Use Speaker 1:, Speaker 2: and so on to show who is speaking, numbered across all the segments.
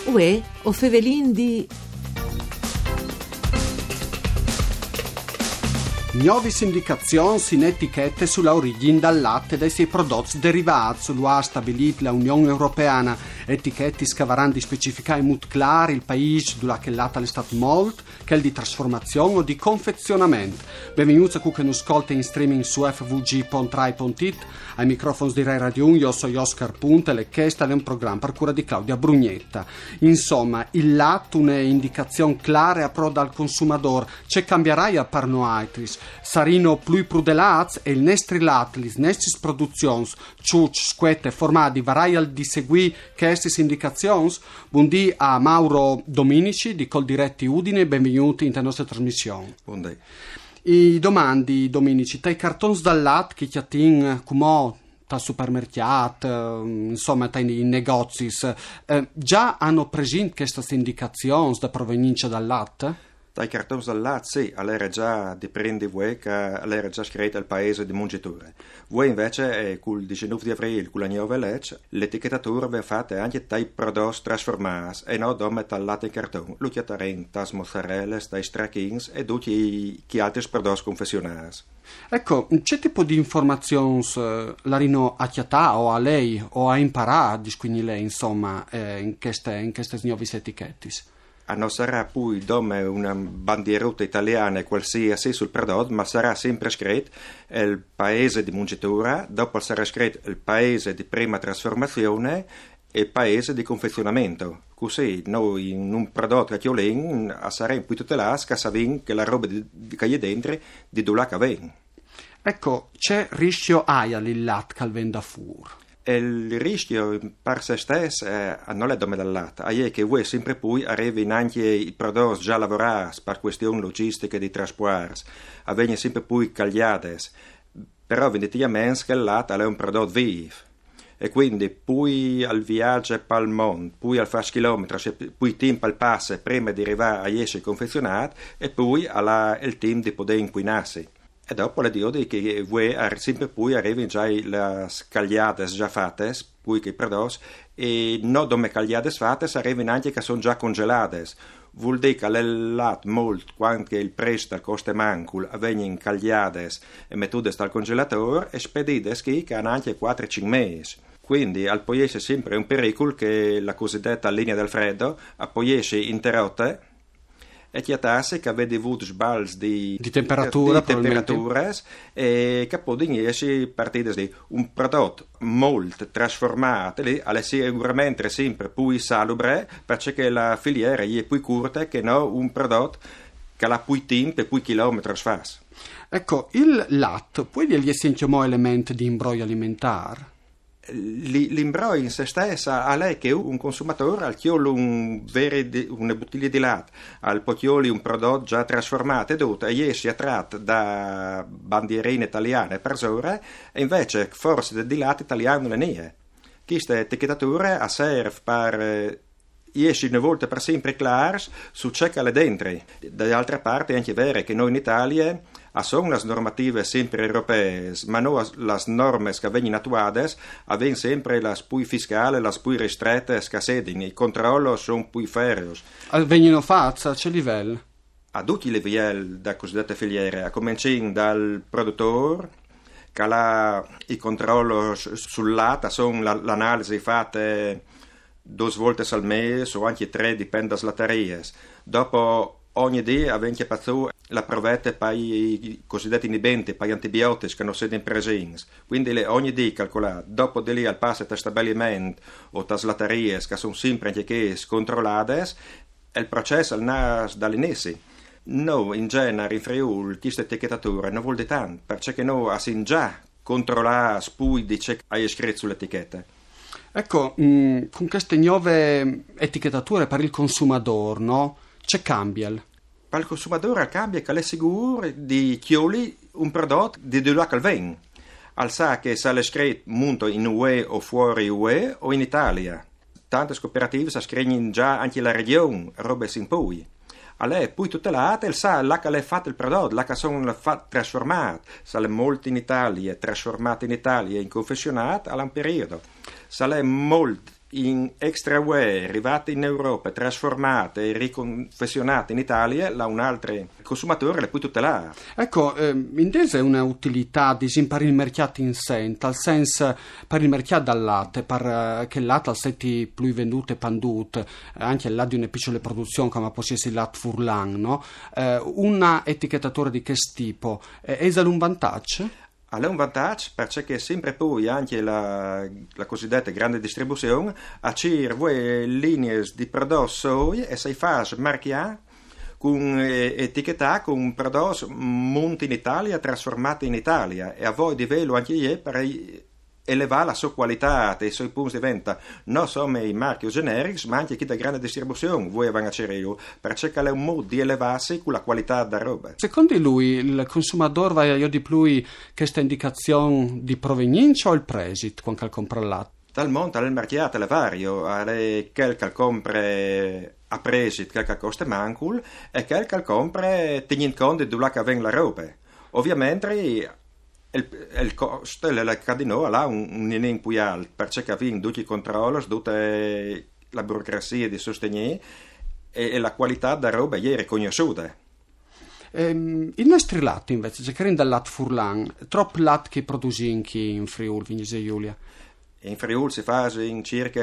Speaker 1: Uè, o fevelin di...
Speaker 2: Nuove indicazioni in etichette sulla origine dal latte dei suoi prodotti derivati. Lo ha stabilito l'Unione Europea. Etichetti scavaranno di specificare molto chiaro il paese dove il latte è stato molto, che è di trasformazione o di confezionamento. Benvenuti a chi non ascolta in streaming su fvg.rai.it. Ai microfoni di Rai Radio 1, io sono Oscar Punta e questo è un programma per cura di Claudia Brugnetta. Insomma, il latte è un'indicazione clara e approda al consumatore. C'è cambierai a par noaitris. Sarino più prudelats e il nostro latte, le nostre produzioni, ciuc, squette, formati, varai al di seguì queste indicazioni. Buondì a Mauro Dominici di Coldiretti Udine, benvenuti in nostra trasmissione.
Speaker 3: Buondì.
Speaker 2: I domandi, Dominici, tai cartoni dal latte che ti attin come al supermercato, insomma, nei negozi, già hanno presente queste indicazioni da provenienza dal latte?
Speaker 3: Dai cartoni dal latte, sì, all'era già dipende voi che all'era già scritto al paese di mungiture. Voi invece, col 19 di aprile, con la nuova legge, l'etichettatura viene fatta anche dai prodotti trasformati e non dome dal latte in cartone. Lo chiattaren, das mozzarella, dai stracchins e tutti gli altri prodotti confezionati.
Speaker 2: Ecco, c'è tipo di informazioni la rino a chiatà o a lei o a imparare, quindi lei, insomma, in queste nuove etichette?
Speaker 3: Non sarà poi come una bandierota italiana qualsiasi sul prodotto, ma sarà sempre scritto il paese di mungitura, dopo sarà scritto il paese di prima trasformazione e il paese di confezionamento. Così noi in un prodotto che saremo poi tutelati che sappiamo che la roba che è dentro di dove che viene.
Speaker 2: Ecco, c'è rischio aia il latte che venda fuori?
Speaker 3: Il rischio per se stesso non è come dal latte, è che voi sempre poi arrivi anche i prodotti già lavorati per questioni logistiche di trasporto, avvengono sempre poi cagliati, però evidentemente che il latte è un prodotto vivo e quindi poi al viaggio per il mondo, poi al fare chilometri, poi il tempo al passo prima di arrivare a essere confezionato e poi il tempo di poter inquinarsi. E dopo le dico che voi sempre poi arrivano già le cagliate già fatte, poi che prodotti, e non come cagliate fatte, arrivano anche che sono già congelate. Vuol dire che il latte molto, quando il prezzo costa manco, vengono cagliate e mettute dal congelatore e spedite che hanno anche 4-5 mesi. Quindi al poi essere sempre un pericolo che la cosiddetta linea del freddo poi essere interrotta e chiatarsi che avete avuto sbalzi di temperature e che possono essere partite di un prodotto molto trasformato è sicuramente sempre più salubre perché la filiera è più corta che non un prodotto che ha più tempo e più chilometri fa.
Speaker 2: Ecco, il latte poi gli essenziali elementi di imbroglio alimentare?
Speaker 3: L'imbroglio in se stessa a lei che un consumatore al chiolo una bottiglia di latte al pochioli un prodotto già trasformato e tutto e esce attratto da bandierine italiane per ore e invece forse di latte italiano non è. Questa etichettatura serve per esce una volta per sempre chiaro su ciò che è dentro. Dall'altra parte è anche vero che noi in Italia sono le normative sempre europee, ma non le norme che vengono attuate avvengono sempre le più fiscali, le più ristrette che sedono. I controlli sono più ferri.
Speaker 2: Vengono fatti a che livello?
Speaker 3: A tutti i livelli della cosiddetta filiera, a cominciare dal produttore, che ha i controlli sul latte, sono l'analisi fatta 2 volte al mese o anche 3, dipende dalle latterie. Dopo ogni dia avviene passato la provetta per i cosiddetti inibenti, per gli antibiotici che non sono presenti. Quindi ogni dia calcolata. Dopo di lì al passo da stabilimento o da latterie che sono sempre anche controllate, il processo nasce dall'inizio. Noi in genere in Friuli questa etichettatura non vuol dire tanto, perché noi abbiamo già controllato poi di ciò che hai scritto sull'etichetta.
Speaker 2: Ecco, con queste nuove etichettature per il consumatore, no? C'è cambia?
Speaker 3: Per il consumatore cambia che è sicuro di chioli un prodotto di dove che viene. Al sa che sale scritto molto in UE o fuori UE o in Italia. Tante cooperative scrivono già anche la regione, robe sin poi. A lei poi tutelate il sa là che lei fatto il prodotto, là che sono trasformate, sale molto in Italia, trasformate in Italia, in confezionate, all'un periodo. Sale molto in extra UE, arrivate in Europa, trasformate e riconfezionate in Italia, la un altro consumatore le può tutelare.
Speaker 2: Ecco, intesa è una utilità per il mercato in sé, nel senso per il mercato del latte, per che il latte al setti più venduto e pandut, anche al latte di una piccola produzione come può essere il latte Furlan, no? Una etichettatore di che tipo è un vantaggio?
Speaker 3: Ha un vantaggio perché sempre poi anche la cosiddetta grande distribuzione ha due linee di prodotti e si fa marchiare con etichetta con prodotti monti in Italia, trasformati in Italia e a voi di velo anche io per elevare la sua qualità e i suoi punti diventa non solo i marchi generici ma anche chi da grande distribuzione voi vanno a cercare io perché è un modo di elevarsi con la qualità della roba.
Speaker 2: Secondo lui il consumatore va a di più questa indicazione di provenienza o il presito quando compra il latte?
Speaker 3: Dal mondo al mercato è vario, quel che compra a presito, quel che costa mancul e quel che compra tenendo conto di dove viene la roba. Ovviamente il costo del cadino ha un in più alto perché avviene tutti i controlli, tutta la burocrazia di sostenere e la qualità della roba è riconosciuta.
Speaker 2: I nostri latte invece, se che dal latte Furlan, troppo latte che producono in Friuli, Venezia Giulia.
Speaker 3: In Friuli si fa in circa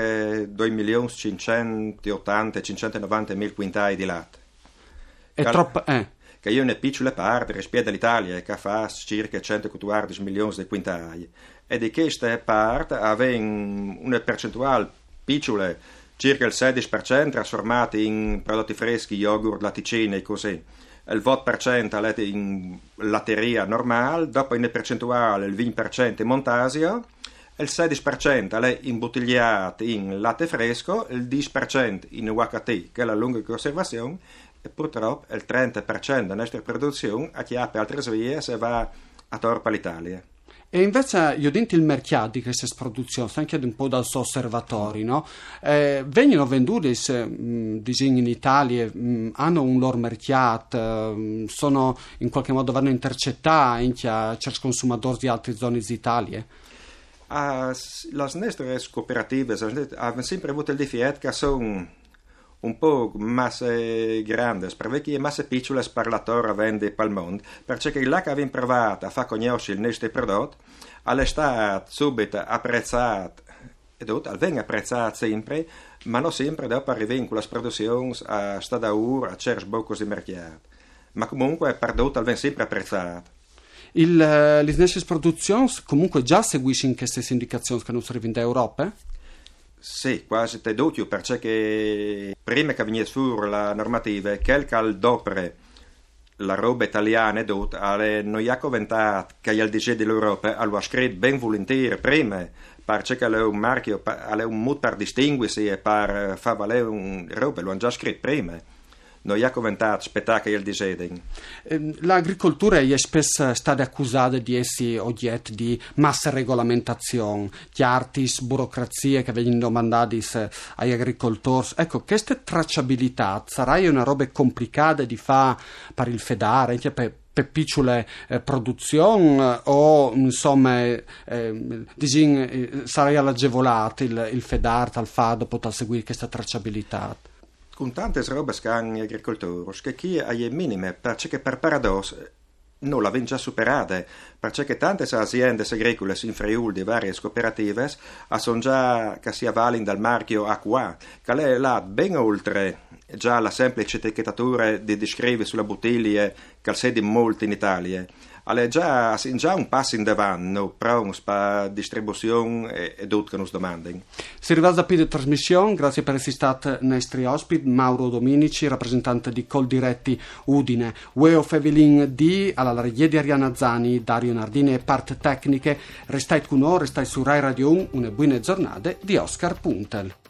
Speaker 3: 2.580.000-590.000 quintali di latte.
Speaker 2: È troppo,
Speaker 3: che io una piccola parte rispetto all'Italia che fa circa 114 milioni di quintali e di questa parte aveva una percentuale piccola, circa il 16% trasformati in prodotti freschi, yogurt, latticini e così. Il 20% è in latteria normale, dopo una percentuale il 20% in montasio, il 16% è imbottigliato in latte fresco, il 10% in UHT che è la lunga conservazione e purtroppo il 30% della nostra produzione a chiappe altre vie se va a torpa l'Italia.
Speaker 2: E invece io dentro il mercato di queste produzioni, anche un po' dal suo osservatorio, no? Vengono venduti disegni in Italia, hanno un loro mercato, sono in qualche modo vanno intercettati anche a certi consumatori di altre zone d'Italia.
Speaker 3: Le nostre cooperative hanno sempre avuto il difetto che sono un po' masse grandi, perché masse piccole parlatori vende per il mondo, perché là che abbiamo provato a far conoscere il nostro prodotto, è stato subito apprezzato, e viene apprezzato sempre, ma non sempre dopo arrivare con le produzioni a stadaur, a certi bocchi di mercato. Ma comunque il prodotto viene sempre apprezzato.
Speaker 2: Le nostre produzioni comunque già seguiscono queste indicazioni che non arrivano da Europa?
Speaker 3: Sì, quasi tutto, perché prima che venisse fuori la normativa, quel che al dopre la roba italiana non ha commentato che il DG dell'Europa lo ha scritto ben volentieri prima, perché è un marchio, è un modo per distinguersi e per far valere un roba, lo hanno già scritto prima. Non ha commentato spettacoli il disegno.
Speaker 2: L'agricoltura è spesso stata accusata di essere oggetto di massa regolamentazione, chiarti, burocrazie che vengono domandate agli agricoltori. Ecco, questa tracciabilità sarà una roba complicata di fare per il fedare, anche per piccole produzioni o insomma sarà agevolato il fedare al fado poter seguire questa tracciabilità.
Speaker 3: Con tante robe che hanno gli agricoltori, che chi ha le minime, perché per paradosso non l'hanno già superata, perché tante aziende agricole in Friuli di varie cooperative sono già che si avvalgono dal marchio Acqua, che è là ben oltre già la semplice etichettatura di descrivere sulla bottiglia che sedi molto in Italia. È già un passo in davanti, pronto per distribuzione e tutto che nos domandano.
Speaker 2: Si arriva alla fine della trasmissione, grazie per essere stato nostri ospiti, Mauro Dominici, rappresentante di Coldiretti Udine, Ueo Fevelin D, alla regia di Arianna Zani, Dario Nardini e parte tecniche. Restate con noi, restate su Rai Radio 1, una buona giornata di Oscar Puntel.